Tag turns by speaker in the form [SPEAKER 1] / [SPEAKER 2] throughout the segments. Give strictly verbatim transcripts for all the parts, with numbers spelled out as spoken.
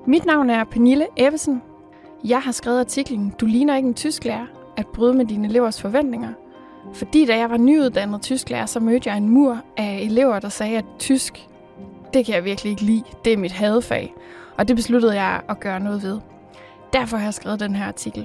[SPEAKER 1] Mit navn er Pernille Ebbesen. Jeg har skrevet artiklen "Du ligner ikke en tysklærer. At bryde med dine elevers forventninger". Fordi da jeg var nyuddannet tysklærer, så mødte jeg en mur af elever, der sagde, at tysk, det kan jeg virkelig ikke lide. Det er mit hadefag. Og det besluttede jeg at gøre noget ved. Derfor har jeg skrevet den her artikel.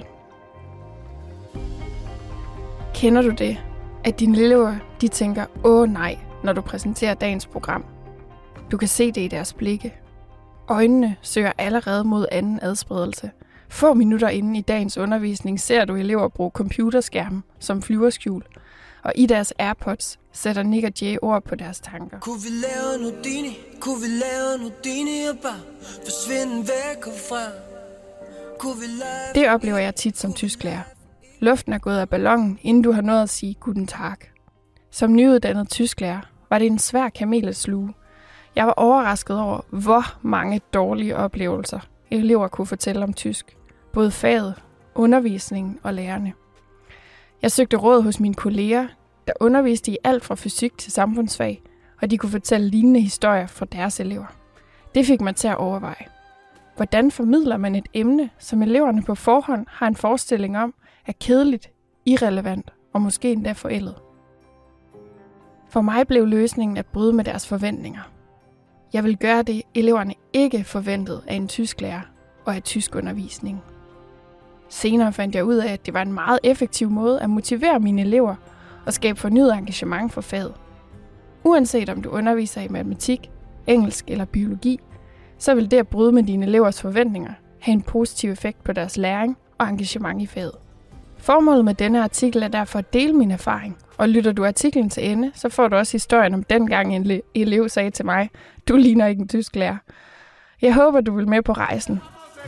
[SPEAKER 1] Kender du det, at dine elever de tænker, åh nej, når du præsenterer dagens program? Du kan se det i deres blikke. Øjnene søger allerede mod anden adspredelse. Få minutter inden i dagens undervisning ser du elever bruge computerskærmen som flyverskjul. Og i deres AirPods sætter Nick og Jay ord på deres tanker.
[SPEAKER 2] Kunne vi lave Nudini? Kunne vi lave Nudini og bare forsvinde væk herfra? Kunne vi lave...
[SPEAKER 1] Det oplever jeg tit som tysklærer. Luften er gået af ballonen, inden du har nået at sige guten tag. Som nyuddannet tysklærer var det en svær kamel at sluge. Jeg var overrasket over, hvor mange dårlige oplevelser elever kunne fortælle om tysk. Både faget, undervisningen og lærerne. Jeg søgte råd hos mine kolleger, der underviste i alt fra fysik til samfundsfag, og de kunne fortælle lignende historier fra deres elever. Det fik mig til at overveje. Hvordan formidler man et emne, som eleverne på forhånd har en forestilling om, er kedeligt, irrelevant og måske endda forældet? For mig blev løsningen at bryde med deres forventninger. Jeg vil gøre det, eleverne ikke forventede af en tysklærer og af tyskundervisning. Senere fandt jeg ud af, at det var en meget effektiv måde at motivere mine elever og skabe fornyet engagement for faget. Uanset om du underviser i matematik, engelsk eller biologi, så vil det at bryde med dine elevers forventninger have en positiv effekt på deres læring og engagement i faget. Formålet med denne artikel er derfor at dele min erfaring, og lytter du artiklen til ende, så får du også historien om dengang en elev sagde til mig, du ligner ikke en tysklærer. Jeg håber, du vil med på rejsen.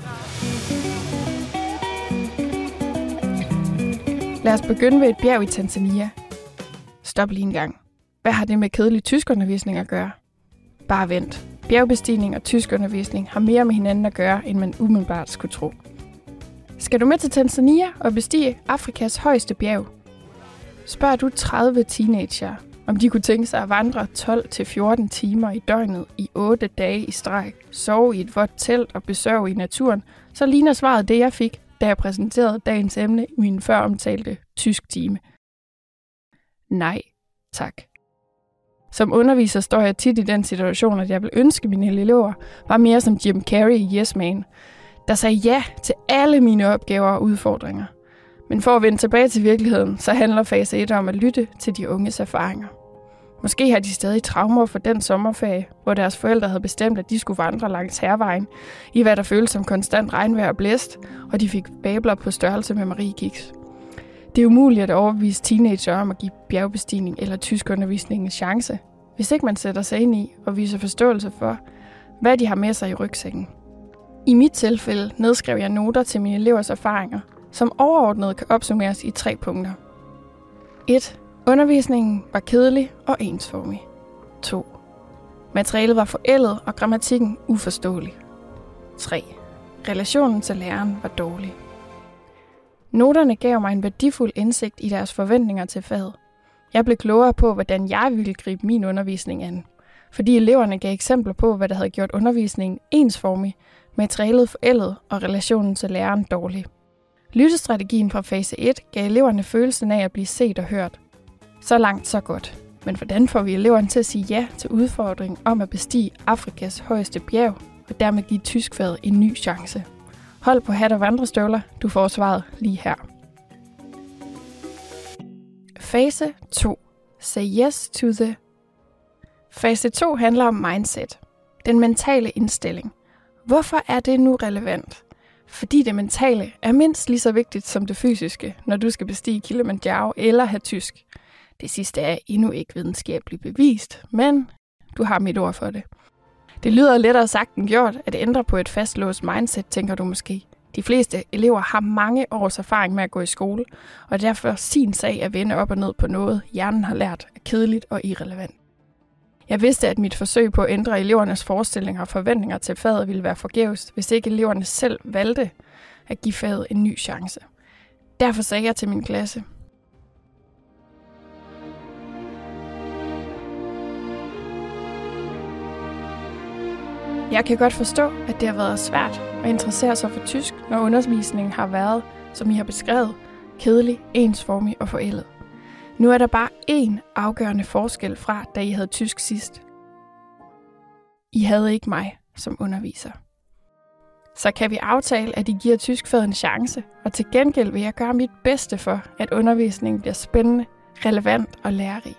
[SPEAKER 1] Lad os begynde ved et bjerg i Tanzania. Stop lige en gang. Hvad har det med kedelig tyskundervisning at gøre? Bare vent. Bjergbestigning og tyskundervisning har mere med hinanden at gøre, end man umiddelbart skulle tro. Skal du med til Tanzania og bestige Afrikas højeste bjerg? Spørger du tredive teenager, om de kunne tænke sig at vandre tolv til fjorten timer i døgnet i otte dage i streg, sove i et vådt telt og besøge i naturen, så ligner svaret det, jeg fik, da jeg præsenterede dagens emne i min før omtalte tysk time. Nej, tak. Som underviser står jeg tit i den situation, at jeg vil ønske mine elever var mere som Jim Carrey i Yes Man, der sagde ja til alle mine opgaver og udfordringer. Men for at vende tilbage til virkeligheden, så handler fase et om at lytte til de unges erfaringer. Måske har de stadig traumer for den sommerferie, hvor deres forældre havde bestemt, at de skulle vandre langs Hærvejen, i hvad der føltes som konstant regnvejr og blæst, og de fik babler på størrelse med Marie Gix. Det er umuligt at overbevise teenager om at give bjergbestigning eller tyskundervisning en chance, hvis ikke man sætter sig ind i og viser forståelse for, hvad de har med sig i rygsækken. I mit tilfælde nedskrev jeg noter til mine elevers erfaringer, som overordnet kan opsummeres i tre punkter. et. Undervisningen var kedelig og ensformig. to. Materialet var forældet og grammatikken uforståelig. tre. Relationen til læreren var dårlig. Noterne gav mig en værdifuld indsigt i deres forventninger til faget. Jeg blev klogere på, hvordan jeg ville gribe min undervisning an, fordi eleverne gav eksempler på, hvad der havde gjort undervisningen ensformig, materialet forældet og relationen til læreren dårlig. Lyttestrategien fra fase et gav eleverne følelsen af at blive set og hørt. Så langt, så godt. Men hvordan får vi eleverne til at sige ja til udfordringen om at bestige Afrikas højeste bjerg, og dermed give tyskfaget en ny chance? Hold på hat og vandrestøvler, du får svaret lige her. Fase to. Say yes to the... Fase to handler om mindset. Den mentale indstilling. Hvorfor er det nu relevant? Fordi det mentale er mindst lige så vigtigt som det fysiske, når du skal bestige Kilimanjaro eller have tysk. Det sidste er endnu ikke videnskabeligt bevist, men du har mit ord for det. Det lyder lettere sagt end gjort at ændre på et fastlåst mindset, tænker du måske. De fleste elever har mange års erfaring med at gå i skole, og derfor sin sag at vende op og ned på noget, hjernen har lært er kedeligt og irrelevant. Jeg vidste, at mit forsøg på at ændre elevernes forestillinger og forventninger til faget ville være forgæves, hvis ikke eleverne selv valgte at give faget en ny chance. Derfor sagde jeg til min klasse: Jeg kan godt forstå, at det har været svært at interessere sig for tysk, når undervisningen har været, som I har beskrevet, kedelig, ensformig og forældet. Nu er der bare én afgørende forskel fra, da I havde tysk sidst. I havde ikke mig som underviser. Så kan vi aftale, at I giver tyskfaget en chance, og til gengæld vil jeg gøre mit bedste for, at undervisningen bliver spændende, relevant og lærerig.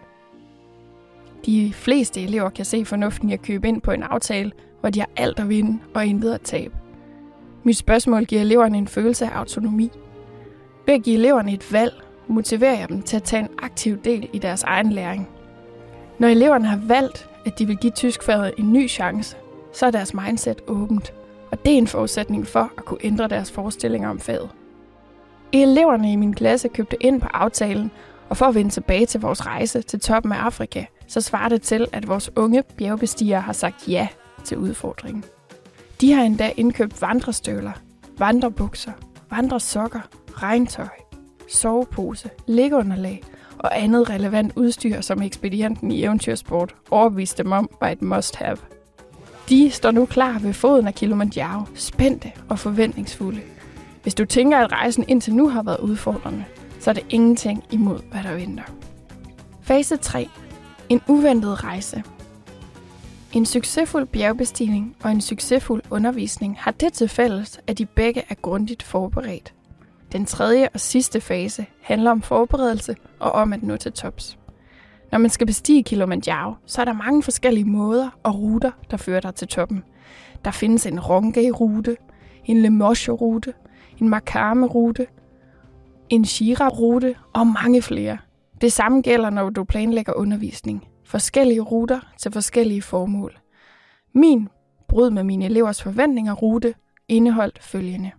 [SPEAKER 1] De fleste elever kan se fornuften i at købe ind på en aftale, hvor de har alt at vinde og intet at tabe. Mit spørgsmål giver eleverne en følelse af autonomi. Ved at give eleverne et valg, motiverer jeg dem til at tage en aktiv del i deres egen læring. Når eleverne har valgt, at de vil give tyskfaget en ny chance, så er deres mindset åbent, og det er en forudsætning for at kunne ændre deres forestillinger om faget. Eleverne i min klasse købte ind på aftalen, og for at vende tilbage til vores rejse til toppen af Afrika, så svarer det til, at vores unge bjergbestigere har sagt ja til udfordringen. De har endda indkøbt vandrestøvler, vandrebukser, vandresokker, regntøj, sovepose, liggeunderlag og andet relevant udstyr, som ekspedienten i eventyrsport overbeviste dem om var et must-have. De står nu klar ved foden af Kilimanjaro, spændte og forventningsfulde. Hvis du tænker, at rejsen indtil nu har været udfordrende, så er det ingenting imod, hvad der venter. Fase tre. En uventet rejse. En succesfuld bjergbestigning og en succesfuld undervisning har det til fælles, at de begge er grundigt forberedt. Den tredje og sidste fase handler om forberedelse og om at nå til tops. Når man skal bestige Kilimanjaro, så er der mange forskellige måder og ruter, der fører dig til toppen. Der findes en Rongai-rute, en Lemosho-rute, en Makame-rute, en Shira-rute og mange flere. Det samme gælder, når du planlægger undervisning. Forskellige ruter til forskellige formål. Min brud med mine elevers forventninger rute indeholdt følgende.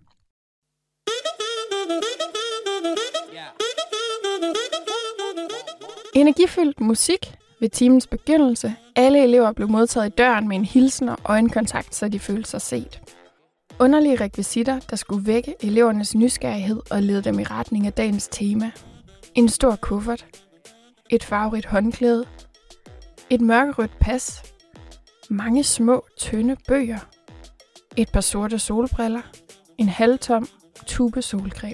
[SPEAKER 1] Energifyldt musik ved timens begyndelse. Alle elever blev modtaget i døren med en hilsen og øjenkontakt, så de følte sig set. Underlige rekvisitter, der skulle vække elevernes nysgerrighed og lede dem i retning af dagens tema. En stor kuffert. Et farverigt håndklæde. Et mørkerødt pas. Mange små, tynde bøger. Et par sorte solbriller. En halvtom tube solcreme.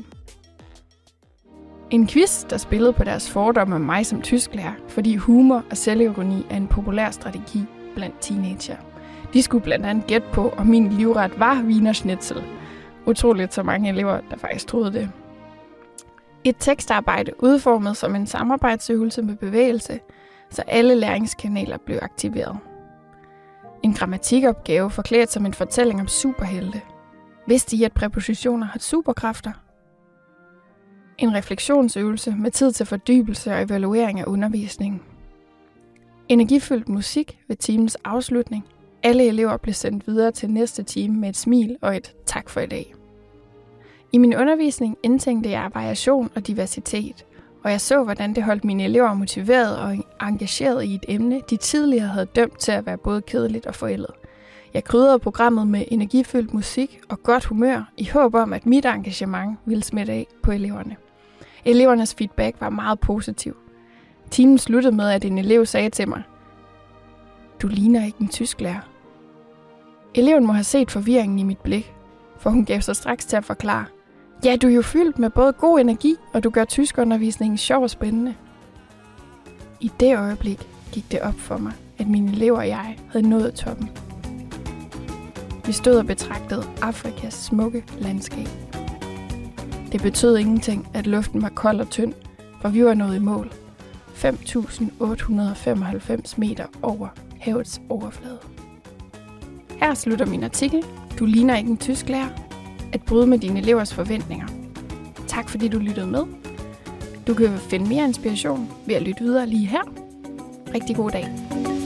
[SPEAKER 1] En quiz, der spillede på deres fordomme om mig som tysklærer, fordi humor og selvironi er en populær strategi blandt teenager. De skulle blandt andet gætte på, om min livret var Wiener Schnitzel. Utroligt så mange elever, der faktisk troede det. Et tekstarbejde udformet som en samarbejdsøvelse med bevægelse, så alle læringskanaler blev aktiveret. En grammatikopgave forklædt som en fortælling om superhelte. Vidste I, at præpositioner har superkræfter? En refleksionsøvelse med tid til fordybelse og evaluering af undervisningen. Energifyldt musik ved timens afslutning. Alle elever blev sendt videre til næste time med et smil og et tak for i dag. I min undervisning indtænkte jeg variation og diversitet, og jeg så, hvordan det holdt mine elever motiveret og engageret i et emne, de tidligere havde dømt til at være både kedeligt og forældet. Jeg krydrede programmet med energifyldt musik og godt humør i håb om, at mit engagement ville smitte af på eleverne. Elevernes feedback var meget positiv. Timen sluttede med, at en elev sagde til mig, "Du ligner ikke en tysklærer." Eleven må have set forvirringen i mit blik, for hun gav sig straks til at forklare, "Ja, du er jo fyldt med både god energi, og du gør tyskundervisningen sjov og spændende." I det øjeblik gik det op for mig, at mine elever og jeg havde nået toppen. Vi stod og betragtede Afrikas smukke landskab. Det betød ingenting, at luften var kold og tynd, for vi var nået i mål. fem tusind otte hundrede femoghalvfems meter over havets overflade. Her slutter min artikel. Du ligner ikke en tysklærer. At bryde med dine elevers forventninger. Tak fordi du lyttede med. Du kan finde mere inspiration ved at lytte videre lige her. Rigtig god dag.